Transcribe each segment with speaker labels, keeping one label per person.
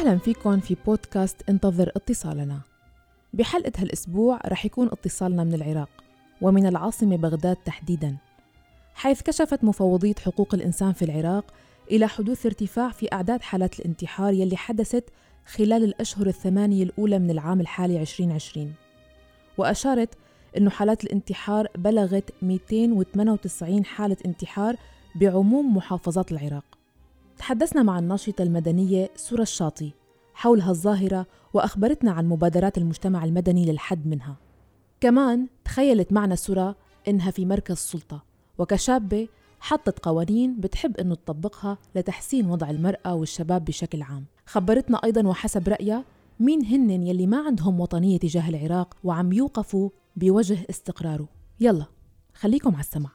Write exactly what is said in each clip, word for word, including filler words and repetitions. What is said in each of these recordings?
Speaker 1: أهلا فيكم في بودكاست انتظر اتصالنا. بحلقة هالأسبوع رح يكون اتصالنا من العراق ومن العاصمة بغداد تحديداً، حيث كشفت مفوضية حقوق الإنسان في العراق إلى حدوث ارتفاع في أعداد حالات الانتحار يلي حدثت خلال الأشهر الثمانية الأولى من العام الحالي عشرين عشرين، وأشارت أنه حالات الانتحار بلغت مئتين وثمانية وتسعين حالة انتحار بعموم محافظات العراق. تحدثنا مع الناشطة المدنية سورة الشاطي حول هالظاهرة وأخبرتنا عن مبادرات المجتمع المدني للحد منها. كمان تخيلت معنا سورة إنها في مركز سلطة، وكشابة حطت قوانين بتحب إنه تطبقها لتحسين وضع المرأة والشباب بشكل عام. خبرتنا أيضاً وحسب رأيها مين هنن يلي ما عندهم وطنية تجاه العراق وعم يوقفوا بوجه استقراره. يلا خليكم على السمع.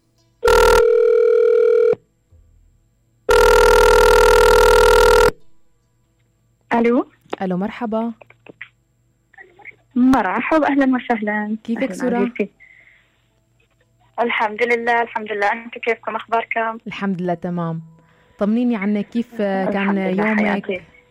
Speaker 2: ألو.
Speaker 1: ألو مرحبا.
Speaker 2: مرحبا أهلا وسهلا.
Speaker 1: كيفك سورة؟
Speaker 2: الحمد لله الحمد لله، أنت كيفكم أخباركم؟
Speaker 1: الحمد لله تمام. طمنيني عنك، كيف كان يومك؟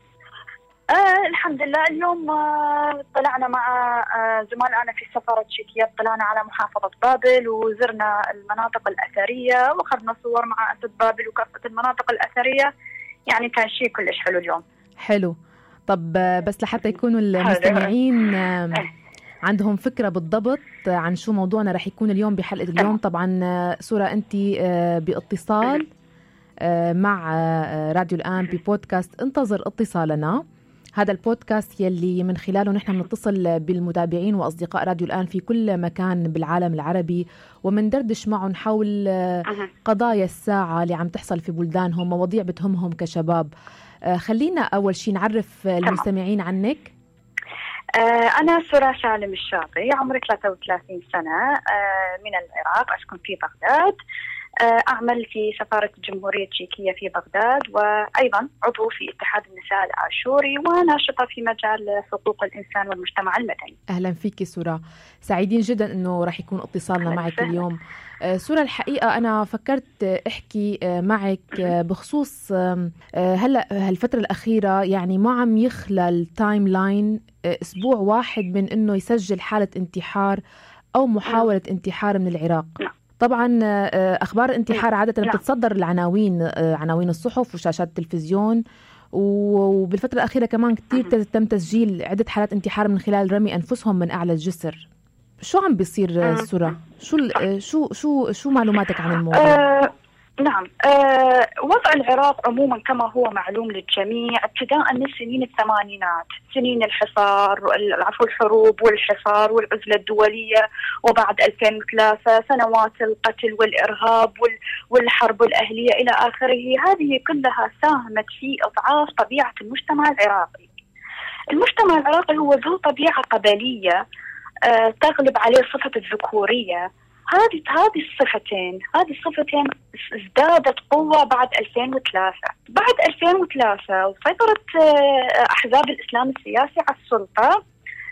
Speaker 2: آه الحمد لله. اليوم آه طلعنا مع آه زملائنا في السفارة التشيكية، طلعنا على محافظة بابل وزرنا المناطق الأثرية وأخذنا صور مع أسد بابل وكافة المناطق الأثرية، يعني كان شيء كلش حلو اليوم.
Speaker 1: حلو. طب بس لحتى يكونوا المستمعين عندهم فكرة بالضبط عن شو موضوعنا رح يكون اليوم بحلقة اليوم. طبعا سورة أنت باتصال مع راديو الآن ببودكاست انتظر اتصالنا. هذا البودكاست يلي من خلاله نحن بنتصل بالمتابعين وأصدقاء راديو الآن في كل مكان بالعالم العربي، ومن دردش معهم حول قضايا الساعة اللي عم تحصل في بلدانهم، مواضيع بتهمهم كشباب. خلينا أول شيء نعرف المستمعين عنك.
Speaker 2: أنا سورة سالم الشاطي، عمري ثلاثة وثلاثين سنة، من العراق، أسكن في بغداد، أعمل في سفارة الجمهورية التشيكية في بغداد، وأيضا عضو في اتحاد النساء الآشوري، وناشطة في مجال حقوق الإنسان والمجتمع المدني.
Speaker 1: أهلا فيك سورة، سعيدين جدا أنه رح يكون اتصالنا معك اليوم. سورة الحقيقة أنا فكرت أحكي معك بخصوص هلأ هالفترة الأخيرة، يعني ما عم يخلى التايم لاين أسبوع واحد من أنه يسجل حالة انتحار أو محاولة انتحار من العراق. طبعا أخبار الانتحار عادة بتتصدر العناوين، عناوين الصحف وشاشات التلفزيون، وبالفترة الأخيرة كمان كتير تم تسجيل عدة حالات انتحار من خلال رمي أنفسهم من أعلى الجسر. شو عم بيصير سورة؟ شو شو شو شو معلوماتك عن الموضوع؟
Speaker 2: أه نعم، أه وضع العراق عموما كما هو معلوم للجميع ابتداء من سنين الثمانينات، سنين الحصار، عفوا الحروب والحصار والعزلة الدولية، وبعد ألفين وثلاثة سنوات القتل والإرهاب والحرب الأهلية إلى آخره. هذه كلها ساهمت في إضعاف طبيعة المجتمع العراقي. المجتمع العراقي هو ذو طبيعة قبلية أه تغلب عليه صفة الذكورية. هذه هذه الصفتين هذه الصفتين ازدادت قوة بعد ألفين وثلاثة. بعد ألفين وثلاثة وسيطرة أحزاب الإسلام السياسي على السلطة،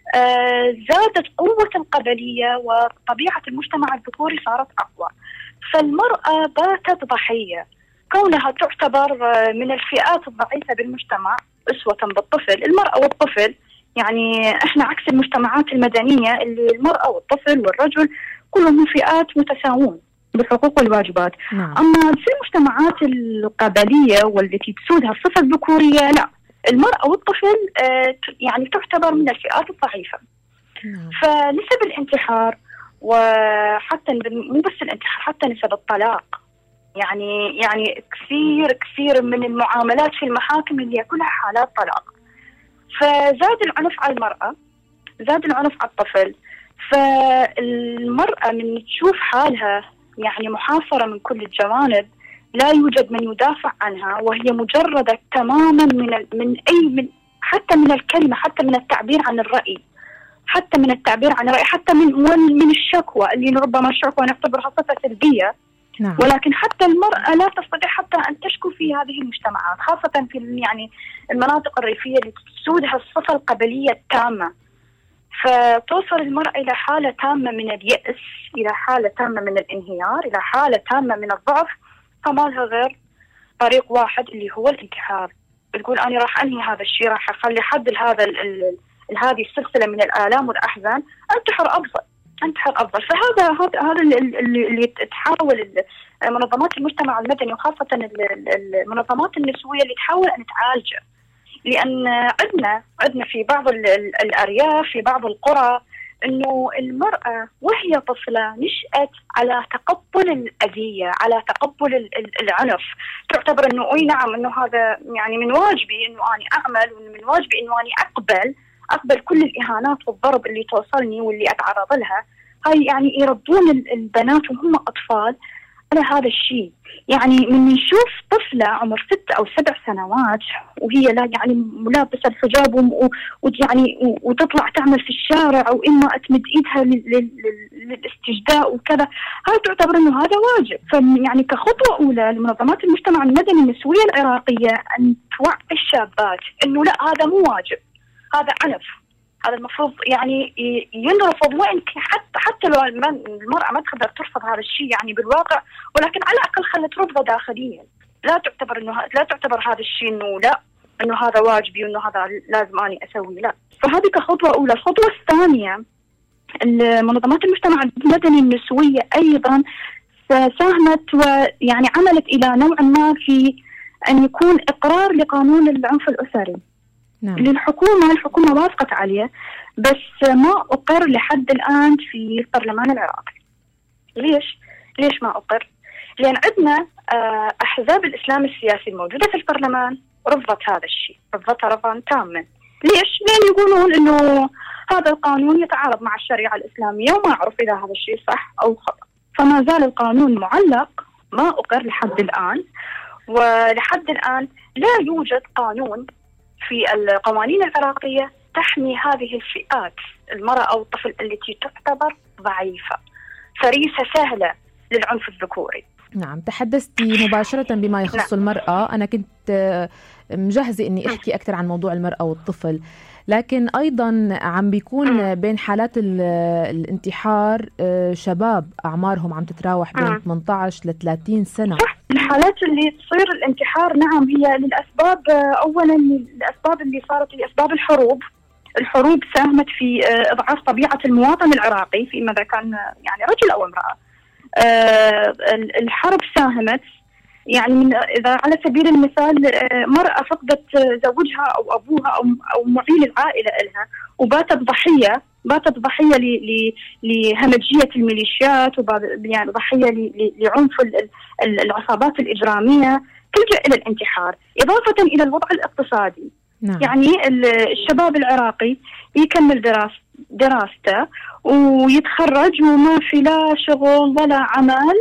Speaker 2: زادت قوة القبلية وطبيعة المجتمع الذكوري صارت أقوى. فالمرأة باتت ضحية، كونها تعتبر من الفئات الضعيفة بالمجتمع أسوة بالطفل. المرأة والطفل يعني إحنا عكس المجتمعات المدنية اللي المرأة والطفل والرجل كلهم فئات متساوون بالحقوق والواجبات.
Speaker 1: نعم.
Speaker 2: أما في المجتمعات القبلية والتي تسودها الصفة الذكورية، لا، المرأة والطفل يعني تعتبر من الفئات الضعيفة.
Speaker 1: نعم.
Speaker 2: فنسب الانتحار، وحتى مو بس الانتحار، حتى نسب الطلاق، يعني يعني كثير كثير من المعاملات في المحاكم اللي كلها حالات طلاق. فزاد العنف على المرأة، زاد العنف على الطفل. فالمرأة من تشوف حالها يعني محاصرة من كل الجوانب، لا يوجد من يدافع عنها، وهي مجردة تماما من من أي من حتى من الكلمة، حتى من التعبير عن الرأي، حتى من التعبير عن الرأي، حتى من من الشكوى اللي ربما الشكوى نعتبرها صفة سلبية.
Speaker 1: نعم.
Speaker 2: ولكن حتى المرأة لا تستطيع حتى أن تشكو في هذه المجتمعات، خاصة في يعني المناطق الريفية اللي تسودها الصفة القبلية التامة. فتوصل المرأة إلى حالة تامة من اليأس، إلى حالة تامة من الانهيار، إلى حالة تامة من الضعف، فما لها غير طريق واحد اللي هو الانتحار. تقول أنا راح أنهي هذا الشيء، راح أخلي حد لهذا هذه السلسلة من الآلام والأحزان، أنتحر أفضل أنتحر أفضل. فهذا هذا هذا اللي, اللي تحاول منظمات المجتمع المدني وخاصة المنظمات النسوية اللي تحاول أن تعالجه. لأن عندنا عندنا في بعض الأرياف في بعض القرى إنه المرأة وهي طفلة نشأت على تقبل الأذية، على تقبل العنف، تعتبر إنه أي نعم إنه هذا يعني من واجبي إنه أنا أعمل، ومن واجبي إنه أنا أقبل أقبل كل الإهانات والضرب اللي توصلني واللي أتعرض لها. هاي يعني يربون البنات وهم أطفال على هذا الشيء. يعني من نشوف طفلة عمر ست أو سبع سنوات وهي لا يعني ملابسة الحجاب ويعني وتطلع تعمل في الشارع أو إما تمد إيدها للاستجداء وكذا، هاي تعتبر إنه هذا واجب. فيعني كخطوة أولى لمنظمات المجتمع المدني النسوية العراقية أن توعي الشابات إنه لا، هذا مو واجب، هذا عنف، هذا المفروض يعني ينرفض. وإن حتى حتى لو المرأة ما تقدر ترفض هذا الشيء يعني بالواقع، ولكن على الأقل خلت رفضه داخليا. لا تعتبر إنه لا تعتبر هذا الشيء إنه لا إنه هذا واجبي وإنه هذا لازم أني أسوي، لا. فهذه كخطوة أولى. الخطوة الثانية، المنظمات المجتمع المدني النسوية أيضا ساهمت ويعني عملت إلى نوع ما في أن يكون إقرار لقانون العنف الأسري. نعم. للحكومة الحكومة وافقت عليه بس ما أقر لحد الآن في البرلمان العراقي. ليش؟ ليش ما أقر؟ لأن عندنا أحزاب الإسلام السياسي الموجودة في البرلمان رفضت هذا الشيء، رفضتها رفضا تاما. ليش؟ لأن يقولون إنه هذا القانون يتعارض مع الشريعة الإسلامية وما أعرف إذا هذا الشيء صح أو خطأ. فما زال القانون معلق، ما أقر لحد الآن. ولحد الآن لا يوجد قانون في القوانين العراقية تحمي هذه الفئات، المرأة أو الطفل التي تعتبر ضعيفة، فريسة سهلة للعنف الذكوري.
Speaker 1: نعم، تحدثتي مباشرة بما يخص نعم. المرأة. أنا كنت مجهزة أني أحكي أكثر عن موضوع المرأة والطفل، لكن أيضا عم بيكون بين حالات الانتحار شباب أعمارهم عم تتراوح بين ثمانية عشر ل ثلاثين سنة.
Speaker 2: صح. الحالات اللي تصير الانتحار نعم هي للأسباب، أولا الأسباب اللي صارت لأسباب الحروب. الحروب ساهمت في إضعاف طبيعة المواطن العراقي فيما إذا كان يعني رجل أو امرأة. الحرب ساهمت يعني من إذا على سبيل المثال مرأة فقدت زوجها أو أبوها أو أو معين العائلة لها وباتت ضحية باتت ضحية لهمجية الميليشيات، يعني ضحية لعنف العصابات الإجرامية، تلجأ إلى الانتحار. إضافة إلى الوضع الاقتصادي. نعم. يعني الشباب العراقي يكمل دراسة دراسته ويتخرج وما في لا شغل ولا عمل،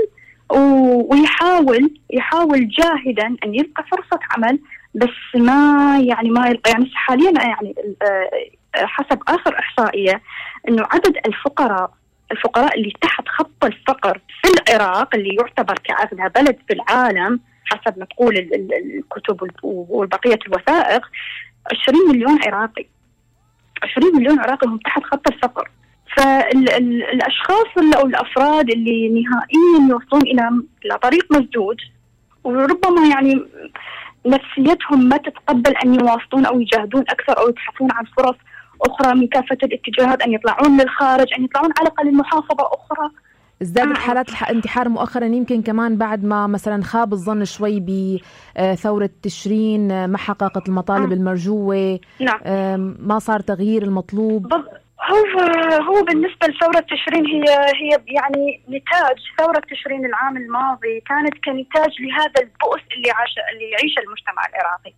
Speaker 2: ويحاول يحاول جاهدا أن يلقى فرصة عمل، بس ما يعني ما يلقى. يعني حاليا يعني حسب آخر إحصائية إنه عدد الفقراء الفقراء اللي تحت خط الفقر في العراق، اللي يعتبر كأغنى بلد في العالم حسب ما تقول الكتب والبقية الوثائق، عشرين مليون عراقي. عشرين مليون عراقي هم تحت خط الفقر. فالأشخاص أو الأفراد اللي نهائيا يوصلون إلى إلى طريق مسدود، وربما يعني نفسيتهم ما تتقبل أن يواصلون أو يجاهدون أكثر أو يبحثون عن فرص أخرى من كافة الاتجاهات، أن يطلعون للخارج، أن يطلعون على الأقل المحافظة أخرى.
Speaker 1: ازدادت حالات الانتحار مؤخرا، يمكن كمان بعد ما مثلا خاب الظن شوي بثورة تشرين، ما حققت المطالب المرجوة. نعم. ما صار تغيير المطلوب.
Speaker 2: هو هو بالنسبة لثورة تشرين هي هي يعني نتاج ثورة تشرين العام الماضي، كانت كنتاج لهذا البؤس اللي عاش اللي يعيشه المجتمع العراقي.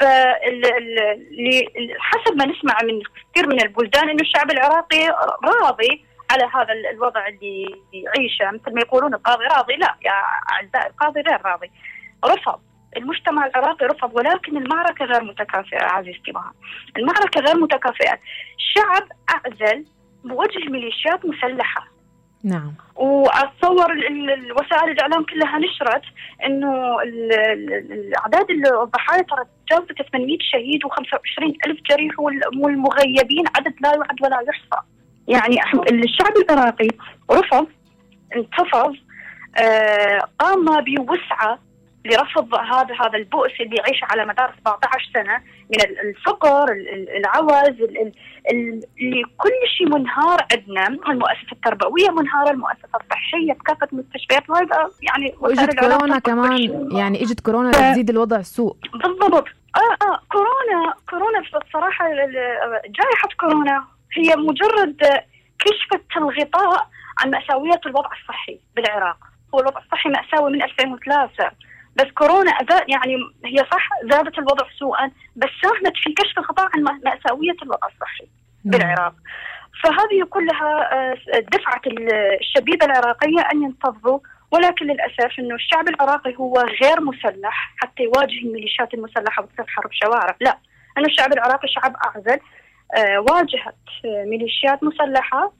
Speaker 2: فحسب ما نسمع من كثير من البلدان إنه الشعب العراقي راضي على هذا الوضع اللي يعيشه، مثل ما يقولون القاضي راضي. لا يا أعزائي، القاضي غير راضي. رفض المجتمع العراقي رفض، ولكن المعركة غير متكافئة عزيزتي معها. المعركة غير متكافئة. الشعب أعزل بوجه ميليشيات مسلحة.
Speaker 1: نعم.
Speaker 2: وأتصور الوسائل الإعلام كلها نشرت إنه الأعداد الضحايا ترى تجاوزت ثمانمئة شهيد وخمسة وعشرين ألف جريح، والمغيبين عدد لا يعد ولا يحصى. يعني الشعب العراقي رفض، انتفض، آه قام بوسعة لرفض هذا هذا البؤس اللي يعيش على مدار سبعة عشر سنة من الفقر، العوز، اللي كل شيء منهار عندنا. المؤسسة التربوية منهارة، المؤسسة الصحية بكافة المستشفيات، وهذا يعني
Speaker 1: وإجت كورونا كمان، يعني إجت كورونا لتزيد الوضع سوء.
Speaker 2: بالضبط. آه آه كورونا كورونا بصراحة جائحة كورونا هي مجرد كشفت الغطاء عن مأساويات الوضع الصحي بالعراق. هو الوضع الصحي مأساوي من ألفين وثلاثة، بس كورونا يعني هي صح زادت الوضع سوءا، بس ساهمت في كشف الغطاء عن مأساوية الوضع الصحي بالعراق. فهذه كلها دفعت الشبيبة العراقية أن ينتفضوا، ولكن للأسف أنه الشعب العراقي هو غير مسلح حتى يواجه الميليشيات المسلحة وتصير حرب شوارع. لا، أنه الشعب العراقي شعب أعزل، واجهت ميليشيات مسلحة.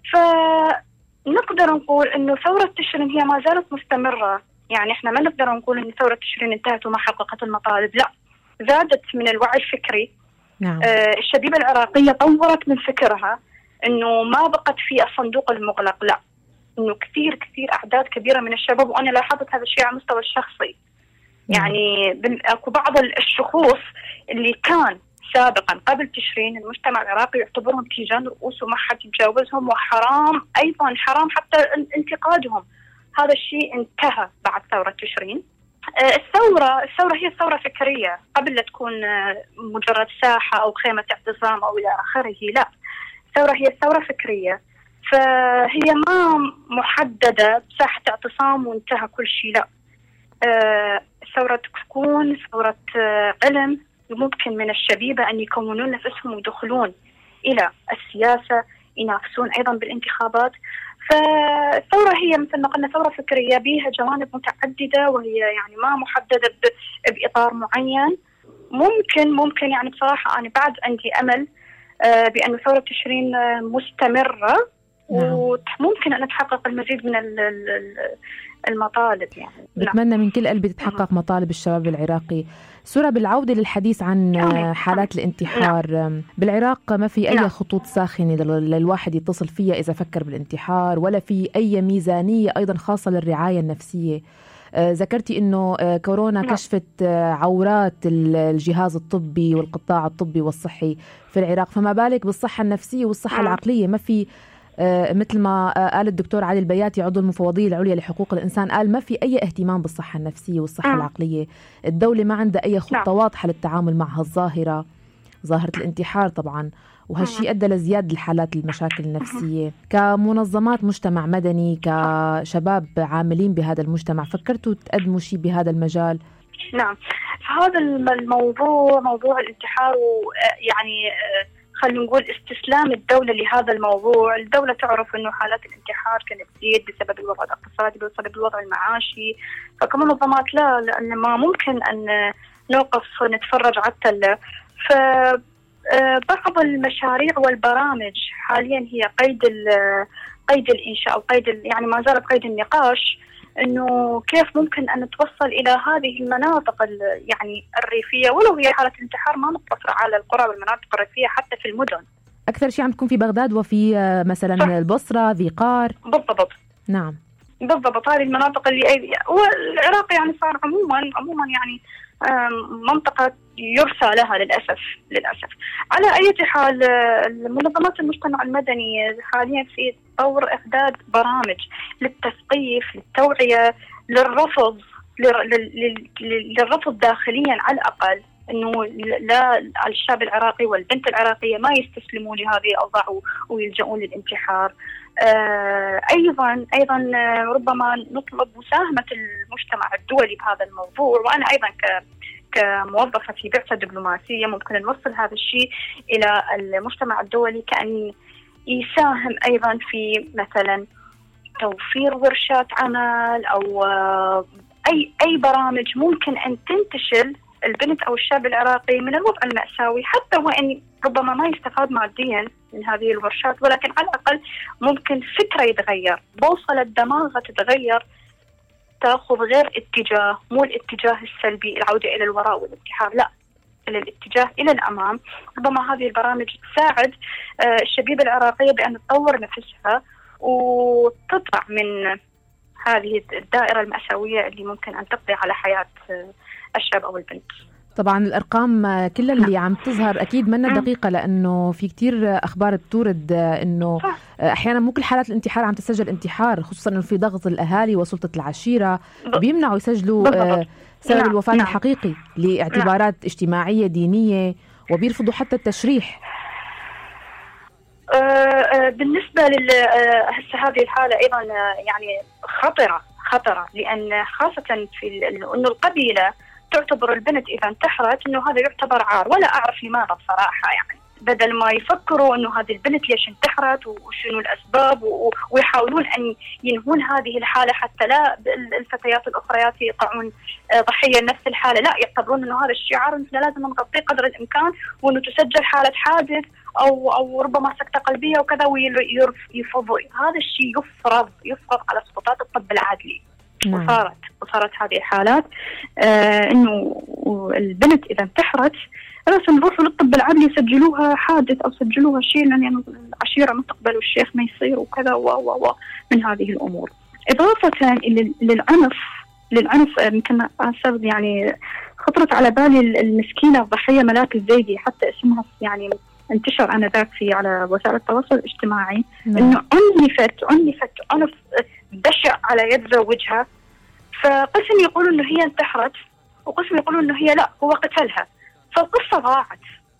Speaker 2: فنقدر نقول أنه ثورة تشرين هي ما زالت مستمرة. يعني إحنا ما نقدر نقول أن ثورة تشرين انتهت وما حققت المطالب، لا، زادت من الوعي الفكري.
Speaker 1: نعم.
Speaker 2: آه الشبيبة العراقية طورت من فكرها، أنه ما بقت في الصندوق المغلق، لا، أنه كثير كثير أعداد كبيرة من الشباب، وأنا لاحظت هذا الشيء على المستوى الشخصي. يعني أكو بعض الشخوص اللي كان سابقا قبل تشرين المجتمع العراقي يعتبرهم تيجان رؤوس وما حد يتجاوزهم، وحرام أيضا حرام حتى انتقادهم. هذا الشيء انتهى بعد ثورة تشرين. الثورة الثورة هي ثورة فكرية قبل لا تكون مجرد ساحة أو خيمة اعتصام أو إلى آخره. لا، الثورة هي ثورة فكرية، فهي ما محددة بساحة اعتصام وانتهى كل شيء. لا، الثورة تكون ثورة علم، ممكن من الشبيبة أن يكونون نفسهم ويدخلون إلى السياسة، ينافسون أيضا بالانتخابات. فالثورة هي مثل ما قلنا ثورة فكرية بها جوانب متعددة، وهي يعني ما محددة بإطار معين. ممكن ممكن يعني بصراحة أنا بعد عندي أمل بأن ثورة تشرين مستمرة، وممكن أن تحقق المزيد من المطالب. يعني
Speaker 1: بتمنى من كل قلبي تتحقق مطالب الشباب العراقي. سورة، بالعودة للحديث عن حالات الانتحار بالعراق، ما في أي خطوط ساخنة للواحد يتصل فيها إذا فكر بالانتحار، ولا في أي ميزانية أيضا خاصة للرعاية النفسية. ذكرتي إنه كورونا كشفت عورات الجهاز الطبي والقطاع الطبي والصحي في العراق، فما بالك بالصحة النفسية والصحة العقلية؟ ما في آه مثل ما آه قال الدكتور علي البياتي عضو المفوضية العليا لحقوق الإنسان، قال ما في أي اهتمام بالصحة النفسية والصحة م. العقلية. الدولة ما عندها أي خطة م. واضحة للتعامل مع هالظاهرة، ظاهرة الانتحار طبعا، وهالشيء أدى لزيادة الحالات المشاكل النفسية. كمنظمات مجتمع مدني، كشباب عاملين بهذا المجتمع، فكرتوا تقدموا شيء بهذا المجال؟
Speaker 2: نعم، هذا الموضوع موضوع الانتحار، يعني خلينا نقول استسلام الدولة لهذا الموضوع. الدولة تعرف أنه حالات الانتحار كانت تزيد بسبب الوضع الاقتصادي، بسبب الوضع المعاشي، فكمنظمات لا، لأن ما ممكن أن نوقف نتفرج على التلة. فبعض المشاريع والبرامج حاليا هي قيد قيد الإنشاء أو قيد يعني ما زالت قيد النقاش، إنه كيف ممكن أن نتوصل إلى هذه المناطق يعني الريفية، ولو هي حالة الانتحار ما مقتصرة على القرى والمناطق الريفية، حتى في المدن.
Speaker 1: أكثر شيء عم تكون في بغداد وفي مثلا صح. البصرة، ذي قار.
Speaker 2: بالضبط.
Speaker 1: نعم
Speaker 2: بالضبط، هذه المناطق اللي والعراق يعني صار عموما عموما يعني منطقة يرثى لها للأسف للأسف. على أي حال، منظمات المجتمع المدني حاليا في طور إعداد برامج للتثقيف، للتوعية، للرفض للرفض داخليا على الأقل، إنه لا الشاب العراقي والبنت العراقية ما يستسلمون لهذه الأوضاع ويلجؤون للانتحار. آه أيضا أيضا ربما نطلب مساهمة المجتمع الدولي بهذا الموضوع، وأنا أيضا ك كموظفة في بعثة دبلوماسية ممكن نوصل هذا الشيء إلى المجتمع الدولي، كأن يساهم أيضا في مثلا توفير ورشات عمل أو أي أي برامج ممكن أن تنتشل البنت أو الشاب العراقي من الوضع المأساوي، حتى وإن ربما ما يستفاد ماديا من هذه الورشات، ولكن على الأقل ممكن فكرة يتغير، بوصلة دماغه تتغير، تأخذ غير اتجاه، مو الاتجاه السلبي العودة إلى الوراء والانتحار، لا، إلى الاتجاه إلى الأمام. ربما هذه البرامج تساعد الشبيبة العراقية بأن تطور نفسها وتطلع من هذه الدائرة المأساوية اللي ممكن أن تقضي على حياة الشاب أو البنت.
Speaker 1: طبعا الأرقام كلها اللي عم تظهر أكيد منا دقيقة، لأنه في كتير أخبار بتورد أنه أحيانا مو كل حالات الانتحار عم تسجل انتحار، خصوصا أنه في ضغط الأهالي وسلطة العشيرة بيمنعوا يسجلوا سبب نعم. الوفاة نعم. الحقيقي لاعتبارات نعم. اجتماعية دينية، وبيرفضوا حتى التشريح.
Speaker 2: أه بالنسبة لهسه هذه الحالة أيضا يعني خطرة خطرة لأن خاصة في أنه القبيلة تعتبر البنت إذا انتحرت أنه هذا يعتبر عار، ولا أعرف لماذا بصراحة. يعني بدل ما يفكروا أنه هذه البنت ليش انتحرت وشنو الأسباب ويحاولون أن ينهون هذه الحالة حتى لا الفتيات الأخريات يقعون ضحية نفس الحالة، لا يعتبرون أنه هذا الشيء عار، أنه لازم نغطيه قدر الإمكان، وأنه تسجل حالة حادث أو أو ربما سكتة قلبية وكذا ويفضوا. هذا الشيء يفرض يفرض على سلطات الطب العادلي. نعم. وصارت وصارت هذه الحالات آه انه البنت اذا انتحرت لازم يروحوا للطب العادلي يسجلوها حادث او سجلوها شيء، لان يعني العشيره ما تقبل والشيخ ما يصير وكذا و و من هذه الامور. اضافه للعنف للعنف يمكن اسبب يعني خطرت على بالي المسكينه الضحيه ملاك الزيدي، حتى اسمها يعني انتشر انا ذاك في على وسائل التواصل الاجتماعي. مم. انه عنفت عنفت عنف بشع على يد زوجها، فقسم يقولوا انه هي انتحرت وقسم يقولوا انه هي لا هو قتلها، فالقصه ضاعت.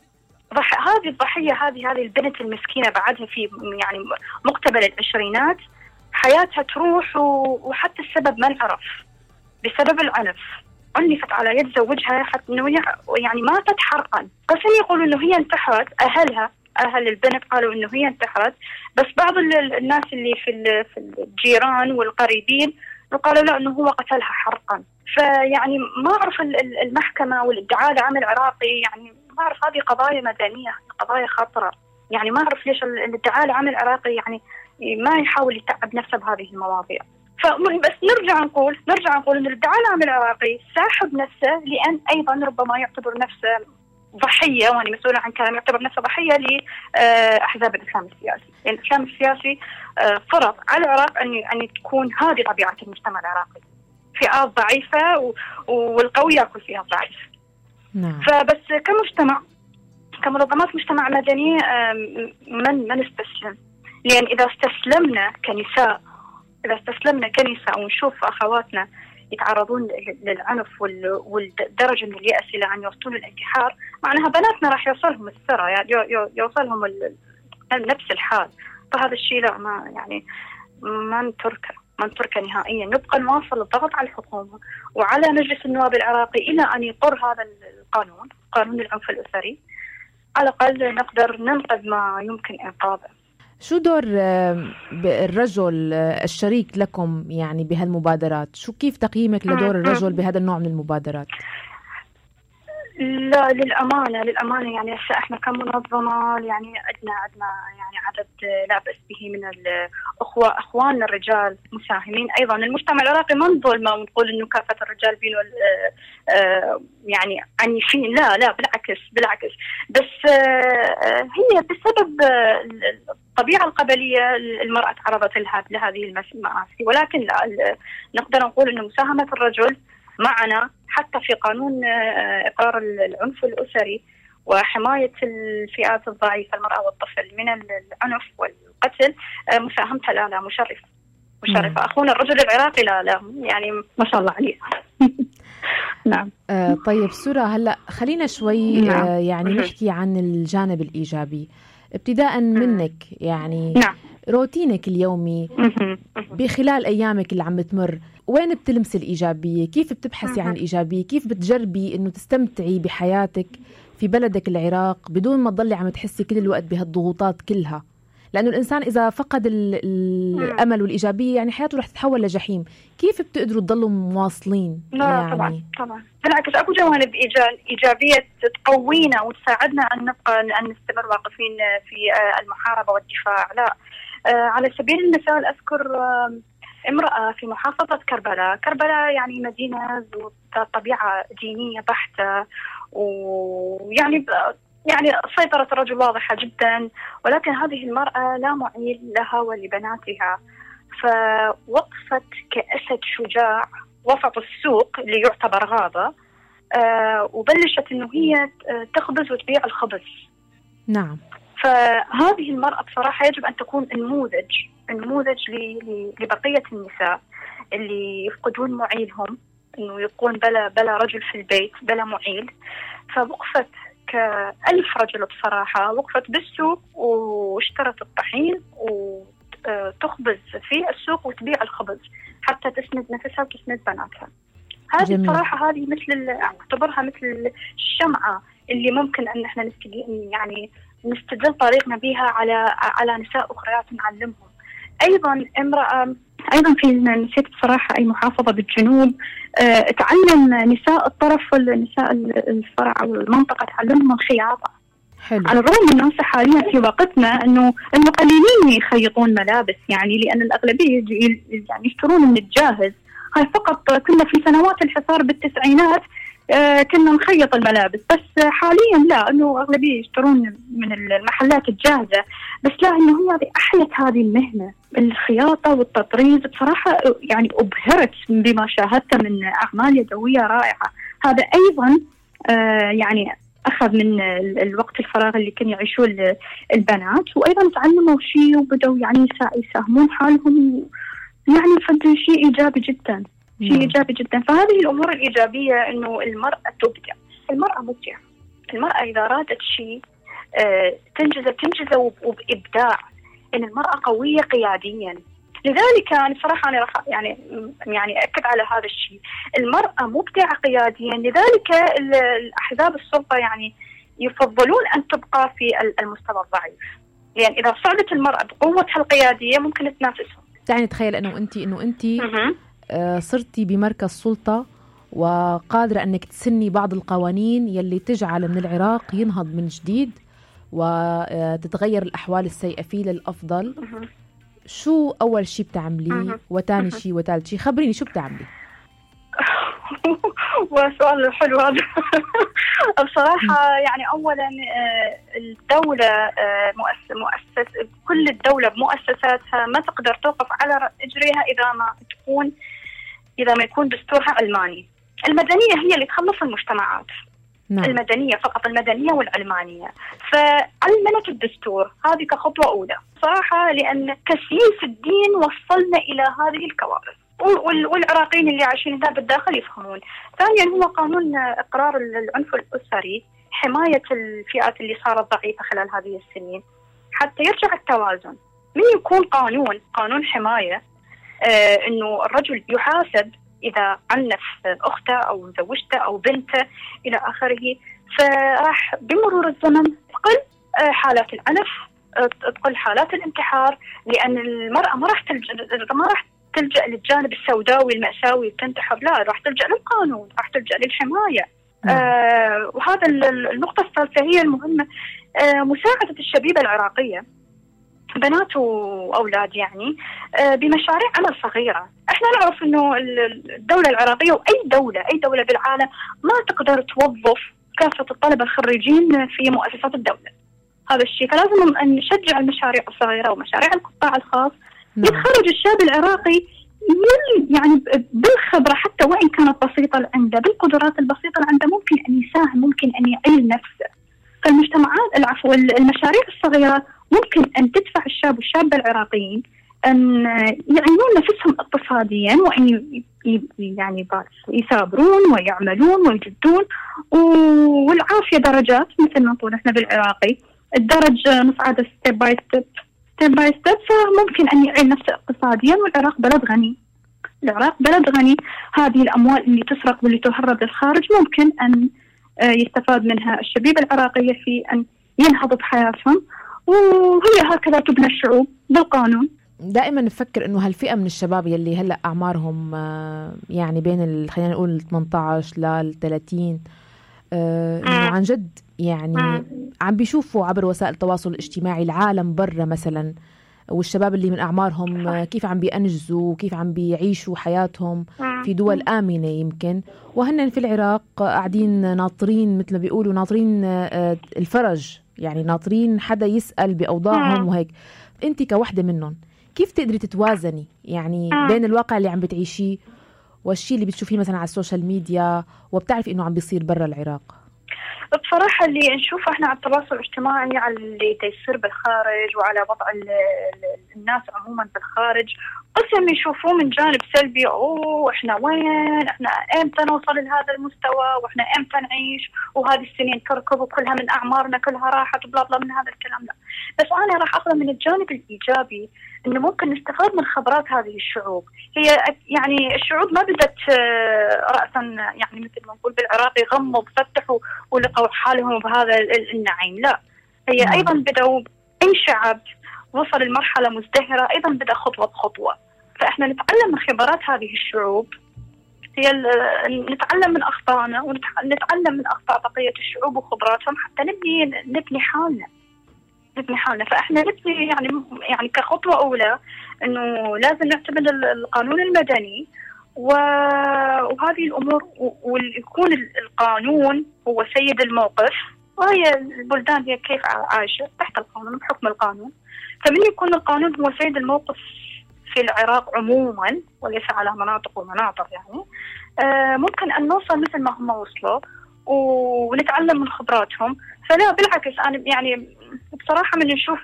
Speaker 2: ضح... هذه الضحيه هذه هذه البنت المسكينه بعدها في يعني مقتبل العشرينات حياتها تروح و... وحتى السبب ما نعرف بسبب العنف. عنفت على يد زوجها حتى انه يعني ماتت حرقا. قسم يقولوا انه هي انتحرت، اهلها اهل البنت قالوا انه هي انتحرت، بس بعض الناس اللي في في الجيران والقريبين قالوا لا انه هو قتلها حرقا. فيعني ما اعرف المحكمه والادعاء لعمل عراقي، يعني ما اعرف هذه قضايا مدنيه، قضايا خطره، يعني ما اعرف ليش الادعاء لعمل عراقي يعني ما يحاول يتعب نفسه بهذه المواضيع. فبس نرجع نقول نرجع نقول ان الادعاء لعمل عراقي ساحب نفسه، لان ايضا ربما يعتبر نفسه ضحيه، وانا مسؤوله عن كلام، يعتبر نفسه ضحيه لاحزاب الاسلام السياسي، لان يعني الاسلام السياسي فرض على العراق ان ان تكون هذه طبيعه المجتمع العراقي، فئات ضعيفه والقوي ياكل فيها الضعيف. نعم. فبس كمجتمع كمنظمات مجتمع مدني من من نستسلم، لان اذا استسلمنا كنساء اذا استسلمنا كنساء ونشوف اخواتنا يتعرضون للعنف والدرجة من اليأس إلى أن يوصلون للانتحار، معناها بناتنا راح يوصلهم الثرى، يعني يوصلهم نفس الحال. فهذا الشيء لا ما يعني ما نتركه ما نتركه نهائيا. نبقى نواصل الضغط على الحكومة وعلى مجلس النواب العراقي إلى أن يقر هذا القانون، قانون العنف الأسري، على الأقل نقدر ننقذ ما يمكن إنقاذه.
Speaker 1: شو دور الرجل الشريك لكم يعني بهالمبادرات؟ شو كيف تقييمك لدور الرجل بهذا النوع من المبادرات؟
Speaker 2: لا للأمانة للأمانة يعني هسه احنا كمنظمة يعني عندنا عندنا يعني عدد لا بأس به من الأخوة أخواننا الرجال مساهمين. أيضا المجتمع العراقي ما نظلمه ونقول إنه كافة الرجال بينه يعني عنيفين، لا لا بالعكس بالعكس، بس هي بسبب الطبيعة القبلية المرأة تعرضت لهذه المآسي، ولكن لا نقدر نقول إن مساهمة الرجل معنا حتى في قانون إقرار العنف الأسري وحماية الفئات الضعيفة المرأة والطفل من العنف والقتل مساهمتها لا لا مشرفة مشرفة. أخونا الرجل العراقي لا لا يعني ما شاء الله عليه.
Speaker 1: نعم. آه طيب سورة، هلأ خلينا شوي نعم. آه يعني نحكي عن الجانب الإيجابي ابتداء منك، يعني نعم. روتينك اليومي بخلال أيامك اللي عم تمر، وين بتلمس الإيجابية؟ كيف بتبحثي عن الإيجابية؟ كيف بتجربي إنه تستمتعي بحياتك في بلدك العراق بدون ما تضلي عم تحسي كل الوقت بهالضغوطات كلها؟ لأنه الإنسان إذا فقد الأمل والإيجابية يعني حياته رح تتحول لجحيم. كيف بتقدروا تضلوا مواصلين؟
Speaker 2: لا يعني طبعا طبعا بالعكس، أكو جوانب إيجابية تقوينا وتساعدنا أن نبقى أن نستمر واقفين في المحاربة والدفاع. لا على سبيل المثال أذكر امرأة في محافظة كربلاء. كربلاء يعني مدينة ذات طبيعة دينية بحتة، ويعني يعني سيطرة الرجل واضحة جدا، ولكن هذه المرأة لا معيل لها ولبناتها. فوقفت كأسد شجاع وسط السوق اللي يعتبر غابة، آه وبلشت إنه هي تخبز وتبيع الخبز.
Speaker 1: نعم.
Speaker 2: فهذه المرأة بصراحة يجب أن تكون نموذج نموذج لبقية النساء اللي يفقدون معيلهم، إنه يكون بلا بلا رجل في البيت، بلا معيل. فوقفت كألف رجل بصراحة، وقفت بالسوق واشترت الطحين وتخبز في السوق وتبيع الخبز حتى تسند نفسها وتسند بناتها. هذه بصراحة هذه مثل أعتبرها مثل الشمعة اللي ممكن أن احنا يعني نستدل طريقنا بها على على نساء أخريات نعلمهم. أيضا امرأة أيضا في نسيت بصراحة أي محافظة بالجنوب أه تعلم نساء الطرف والنساء الفرع أو المنطقة تعلمهم الخياطة.
Speaker 1: حلو.
Speaker 2: على الرغم من الناس حاليا في وقتنا إنه إنه قليلين يخيطون ملابس، يعني لأن الأغلبية يعني يشترون من الجاهز. هاي فقط كنا في سنوات الحصار بالتسعينات آه كنا نخيط الملابس، بس حاليا لا، انه اغلبيه يشترون من المحلات الجاهزه. بس لا، انه هي احيت هذه المهنه الخياطه والتطريز بصراحه، يعني ابهرت بما شاهدته من اعمال يدويه رائعه. هذا ايضا آه يعني اخذ من الوقت الفراغ اللي كانوا يعيشوه البنات، وايضا تعلموا شيء وبداوا يعني يساهمون حالهم، يعني فد شيء ايجابي جدا، شيء إيجابي جدا. فهذه الأمور الإيجابية، إنه المرأة تبدع، المرأة مبدعة. المرأة إذا أرادت شيء آه تنجزه تنجزه وبإبداع. إن المرأة قوية قياديا. لذلك أنا صراحة أنا راح يعني يعني أكد على هذا الشيء، المرأة مبدعة قياديا. لذلك الأحزاب السلطة يعني يفضلون أن تبقى في المستوى الضعيف، لأن يعني إذا صعدت المرأة بقوتها القيادية ممكن تنافسهم.
Speaker 1: يعني تخيل إنه أنت إنه أنت صرتي بمركز سلطة وقادرة أنك تسني بعض القوانين يلي تجعل من العراق ينهض من جديد وتتغير الأحوال السيئة فيه للأفضل. شو أول شيء بتعمليه وتاني شيء وثالث شيء؟ خبريني شو بتعملي.
Speaker 2: وسؤال حلو هذا. بصراحة يعني أولا الدولة مؤسس كل الدولة بمؤسساتها ما تقدر توقف على إجريها إذا ما تكون إذا ما يكون دستورها علماني. المدنية هي اللي تخلص المجتمعات. نعم. المدنية فقط، المدنية والعلمانية. فعلمنة الدستور هذه كخطوة أولى صراحة، لأن تسييس الدين وصلنا إلى هذه الكوارث، والعراقيين اللي عايشين هنا بالداخل يفهمون. ثانيا هو قانون إقرار العنف الأسري، حماية الفئات اللي صارت ضعيفة خلال هذه السنين حتى يرجع التوازن. من يكون قانون قانون حماية آه إنه الرجل يحاسب إذا عنف أخته أو زوجته أو بنته إلى آخره، فراح بمرور الزمن تقل آه حالات العنف، آه تقل حالات الانتحار، لأن المرأة ما راح تلجأ ما راح تلجأ للجانب السوداوي المأساوي تنتحر، لا، راح تلجأ للقانون، راح تلجأ للحماية. آه وهذا النقطة الثالثة هي المهمة، آه مساعدة الشبيبة العراقية بنات وأولاد يعني آه بمشاريع عمل صغيرة. احنا نعرف انه الدولة العراقية وأي دولة أي دولة بالعالم ما تقدر توظف كافة الطلبة الخريجين في مؤسسات الدولة، هذا الشيء. فلازم أن نشجع المشاريع الصغيرة ومشاريع القطاع الخاص. نعم. يتخرج الشاب العراقي يعني بالخبرة حتى وإن كانت بسيطة عنده، بالقدرات البسيطة اللي عنده، ممكن أن يساهم، ممكن أن يعيل نفسه. فالمجتمعات العفو المشاريع الصغيرة ممكن أن تدفع الشاب والشابة العراقيين أن يعينون نفسهم اقتصاديا، وأن يعني يثابرون ويعملون ويجدون، والعافية درجات مثل ما نقول احنا بالعراقي، الدرج نصعد ستيب باي ستيب ستيب باي ستيب، فممكن أن يعين نفسه اقتصاديا. والعراق بلد غني، العراق بلد غني. هذه الأموال اللي تسرق واللي تهرب للخارج ممكن أن يستفاد منها الشبيبة العراقية في أن ينهضوا بحياتهم، وهي هكذا تبنى الشعوب بالقانون.
Speaker 1: دائما نفكر انه هالفئه من الشباب يلي هلا اعمارهم يعني بين خلينا نقول ثمانية عشر لل ثلاثين، انه عن جد يعني عم بيشوفوا عبر وسائل التواصل الاجتماعي العالم برا مثلا، والشباب اللي من اعمارهم كيف عم بينجزوا، كيف عم بيعيشوا حياتهم في دول آمنة يمكن، وهن في العراق قاعدين ناطرين مثل ما بيقولوا ناطرين الفرج، يعني ناطرين حدا يسأل بأوضاعهم وهيك. انت كوحدة منهم كيف تقدري تتوازني يعني
Speaker 2: آه.
Speaker 1: بين الواقع اللي عم بتعيشيه والشيء اللي بتشوفيه مثلا على السوشيال ميديا وبتعرفي إنه عم بيصير برا العراق؟
Speaker 2: بصراحة اللي نشوفه احنا على التواصل الاجتماعي على اللي يصير بالخارج وعلى وضع الناس عموما بالخارج، قسم يشوفوه من جانب سلبي، اوه احنا وين، احنا امتى نوصل لهذا المستوى، واحنا امتى نعيش، وهذه السنين تركض وكلها من اعمارنا كلها راحت وبلا بلا من هذا الكلام. لا، بس انا راح اخذ من الجانب الايجابي انه ممكن نستفاد من خبرات هذه الشعوب. هي يعني الشعوب ما بدت رأسا يعني مثل ما نقول بالعراقي غمض فتحوا ولقوا حالهم بهذا النعيم، لا، هي
Speaker 1: مم.
Speaker 2: ايضا بدأوا ان شعب وصل المرحلة مزدهرة ايضا بدأ خطوة بخطوة. فاحنا نتعلم من خبرات هذه الشعوب، هي نتعلم من اخطائنا ونتعلم من اخطاء بقية الشعوب وخبراتهم حتى نبني نبني حالنا نبني حالنا. فاحنا نبني يعني يعني كخطوة اولى انه لازم نعتمد القانون المدني وهذه الامور، ويكون القانون هو سيد الموقف، وهي البلدان هي كيف عايشة تحت القانون بحكم القانون. فمن يكون القانون هو سيد الموقف في العراق عموما وليس على مناطق ومناطق يعني آه ممكن أن نوصل مثل ما هم وصلوا ونتعلم من خبراتهم. فلا بالعكس أنا يعني بصراحة من نشوف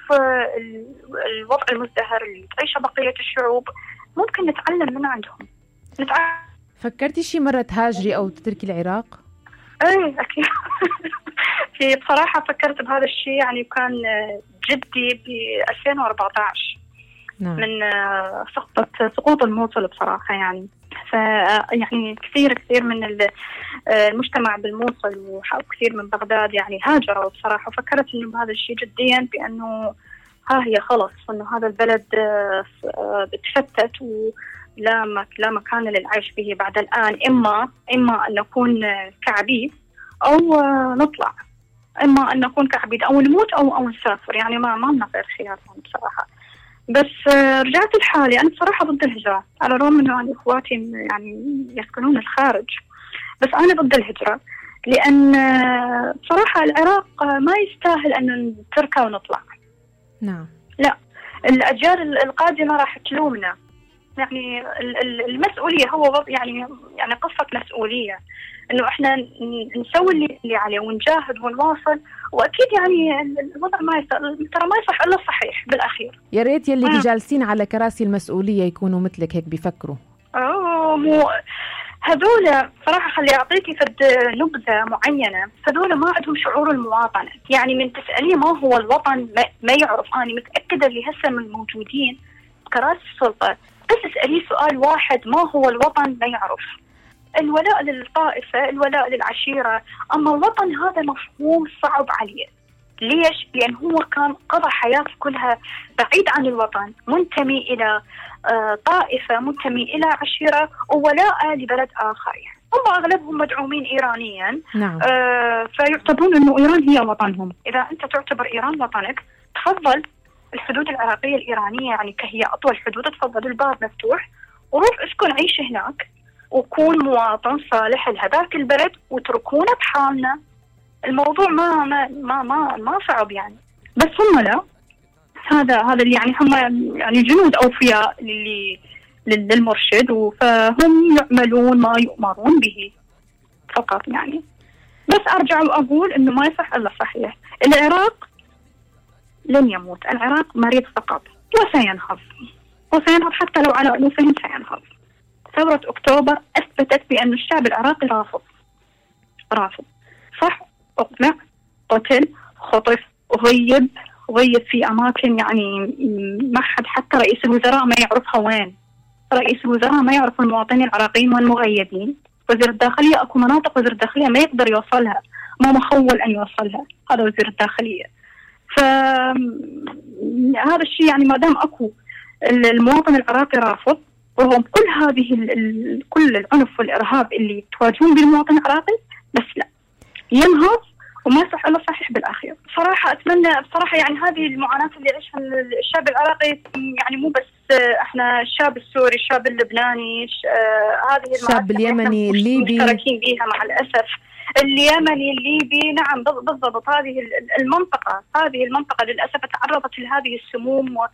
Speaker 2: الوضع المزدهر اللي تعيشه بقية الشعوب ممكن نتعلم من عندهم. نتعلم.
Speaker 1: فكرتي شي مرة تهاجري أو تتركي العراق؟
Speaker 2: ايه أكيد. في بصراحة فكرت بهذا الشيء يعني كان جدي ب ألفين وأربعة عشر. نعم. من سقوط سقوط الموصل بصراحة يعني ف يعني كثير كثير من المجتمع بالموصل وكثير من بغداد يعني هاجروا بصراحة. فكرت إنه بهذا الشيء جديا بأنه ها هي خلص إنه هذا البلد بتفتت ولا ما لا مكان للعيش به بعد الآن. إما إما أن نكون كعبيد أو نطلع، إما أن نكون كعبيد أو نموت أو أو نسافر يعني ما ما لنا غير خيار يعني بصراحة. بس رجعت لحالي أنا بصراحة ضد الهجرة على الرغم إنه يعني إخواتي يعني يسكنون الخارج، بس أنا ضد الهجرة لأن بصراحة العراق ما يستاهل أن نتركه ونطلع.
Speaker 1: نعم.
Speaker 2: لا، الأجيال القادمة راح تلومنا يعني المسؤولية هو يعني يعني قصة مسؤولية إنه إحنا نسوي اللي عليه ونجاهد ونواصل. وأكيد يعني الوضع ما يصح ترى ما يصح إلا الصحيح بالأخير.
Speaker 1: يا ريت يلي آه. جالسين على كراسي المسؤولية يكونوا مثلك هيك بيفكروا.
Speaker 2: أوه مو هذول صراحة خلي أعطيكي فد نبذة معينة. هذول ما عندهم شعور المواطنة يعني من تسأليه ما هو الوطن ما, ما يعرف. أنا متأكدة اللي هسه من الموجودين كراسي السلطة بس اسأليه سؤال واحد ما هو الوطن ما يعرف. الولاء للطائفة، الولاء للعشيرة، أما الوطن هذا مفهوم صعب عليه. ليش؟ لأن هو كان قضى حياته كلها بعيد عن الوطن، منتمي إلى طائفة، منتمي إلى عشيرة وولاء لبلد آخر. هم أغلبهم مدعومين إيرانيا.
Speaker 1: نعم.
Speaker 2: آه فيعتبرون أنه إيران هي وطنهم. إذا أنت تعتبر إيران وطنك تفضل الحدود العراقية الإيرانية يعني كهي أطول حدود، تفضل الباب مفتوح وروح اسكن عيش هناك وكون مواطن صالح لهذاك البلد وتركونا بحالنا. الموضوع ما ما ما ما, ما صعب يعني. بس هم لا، هذا هذا اللي يعني هم يعني جنود أوفياء للي للمرشد فهم يعملون ما يؤمرون به فقط يعني. بس أرجع وأقول إنه ما يصح إلا صحيح. العراق لن يموت، العراق مريض فقط وسينهض وسينهض حتى لو على ألوفهم سينهض. ثورة أكتوبر أثبتت بأن الشعب العراقي رافض رافض صح، أقمع، قتل، خطف، غيب غيب في أماكن يعني ما حد حتى رئيس الوزراء ما يعرفها وين. رئيس الوزراء ما يعرف المواطنين العراقيين والمغيبين. وزير الداخلية أكو مناطق وزير الداخلية ما يقدر يوصلها، ما مخول أن يوصلها، هذا وزير الداخلية. فهذا الشيء يعني ما دام أكو المواطن العراقي رافض وهم كل هذه ال كل العنف والإرهاب اللي تواجهون بالمواطن العراقي، بس لا ينهض وما يصح إلا صحيح بالأخير. صراحة أتمنى بصراحة يعني هذه المعاناة اللي يعيشها الشعب العراقي يعني مو بس إحنا الشعب السوري، الشعب اللبناني، هذه
Speaker 1: الشعب اليمني الليبي
Speaker 2: مشتركين بها مع الأسف. اليمني الليبي نعم بالضبط. هذه المنطقة هذه المنطقة للأسف تعرضت لهذه السموم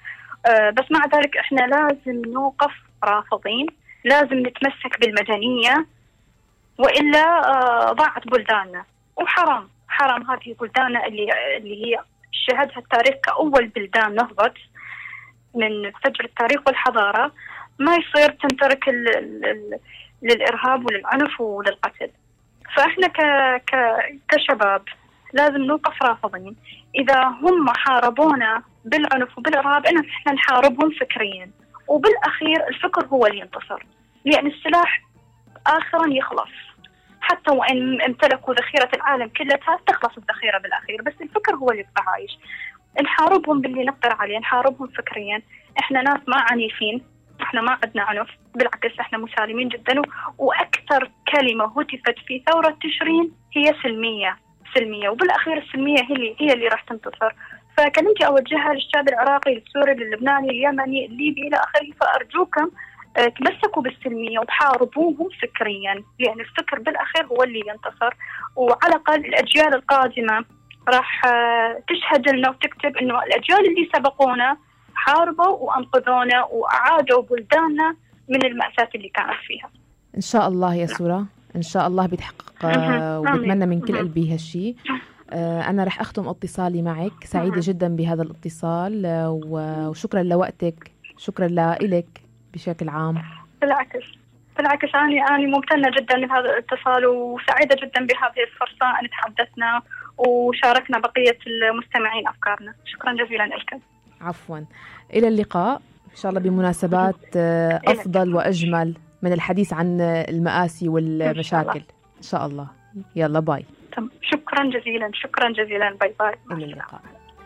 Speaker 2: آه بس مع ذلك إحنا لازم نوقف رافضين، لازم نتمسك بالمدنية، وإلا آه ضاعت بلداننا. وحرام حرام هذه بلداننا اللي اللي هي شهدها التاريخ كأول بلدان نهضت من فجر التاريخ والحضارة، ما يصير تنترك ال ال للإرهاب وللعنف وللقتل. فإحنا ك ك كشباب لازم نوقف رافضين. إذا هم حاربونا بالعنف وبالإرهاب، إحنا نحاربهم فكريا، وبالأخير الفكر هو اللي ينتصر، لأن السلاح آخرا يخلص. حتى وإن امتلكوا ذخيرة العالم كلها تخلص الذخيرة بالأخير، بس الفكر هو اللي يبقى عايش. نحاربهم باللي نقدر عليه، نحاربهم فكريا. إحنا ناس ما عنيفين، إحنا ما عندنا عنف، بالعكس إحنا مسالمين جدا. وأكثر كلمة هتفت في ثورة تشرين هي سلمية سلمية، وبالأخير السلمية هي اللي هي اللي راح تنتصر. فكلمتي أوجهها للشعب العراقي، السوري، اللبناني، اليمني، الليبي إلى آخره. فأرجوكم تمسكوا بالسلمية وحاربوهم فكريا، لأن الفكر بالأخير هو اللي ينتصر. وعلى الأقل الأجيال القادمة راح تشهد لنا وتكتب إنه الأجيال اللي سبقونا حاربوا وأنقذونا وأعادوا بلداننا من المأساة اللي كانت فيها.
Speaker 1: إن شاء الله يا سورة، إن شاء الله بيتحقق، وبتمنى من كل قلبي هالشي. أنا رح أختم اتصالي معك، سعيدة جدا بهذا الاتصال، وشكرا لوقتك، شكرا لإلك بشكل عام.
Speaker 2: بالعكس بالعكس أنا أنا ممتنة جدا لهذا الاتصال، وسعيدة جدا بهذه الفرصة أن تحدثنا وشاركنا بقية المستمعين أفكارنا. شكرا جزيلا لكم.
Speaker 1: عفوا، إلى اللقاء إن شاء الله بمناسبات أفضل وأجمل من الحديث عن المآسي والمشاكل إن شاء الله. يلا باي.
Speaker 2: شكرا جزيلا شكرا جزيلا. باي باي.
Speaker 1: إلى اللقاء.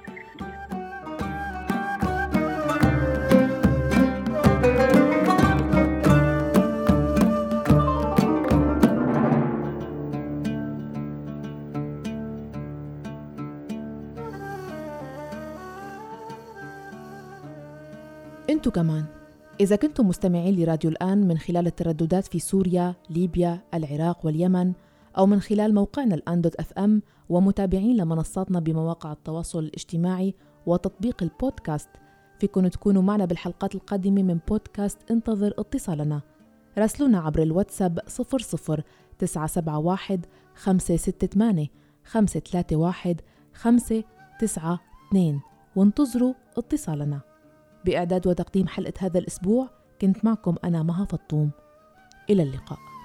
Speaker 1: انتو كمان إذا كنتم مستمعين لراديو الآن من خلال الترددات في سوريا، ليبيا، العراق واليمن، أو من خلال موقعنا الآن دوت أف أم، ومتابعين لمنصاتنا بمواقع التواصل الاجتماعي وتطبيق البودكاست، فيكم تكونوا معنا بالحلقات القادمة من بودكاست انتظر اتصالنا. راسلونا عبر الواتساب صفر صفر تسعة سبعة واحد خمسة ستة ثمانية خمسة ثلاثة واحد خمسة تسعة اثنين وانتظروا اتصالنا. بإعداد وتقديم حلقة هذا الأسبوع كنت معكم أنا مها فطوم. إلى اللقاء.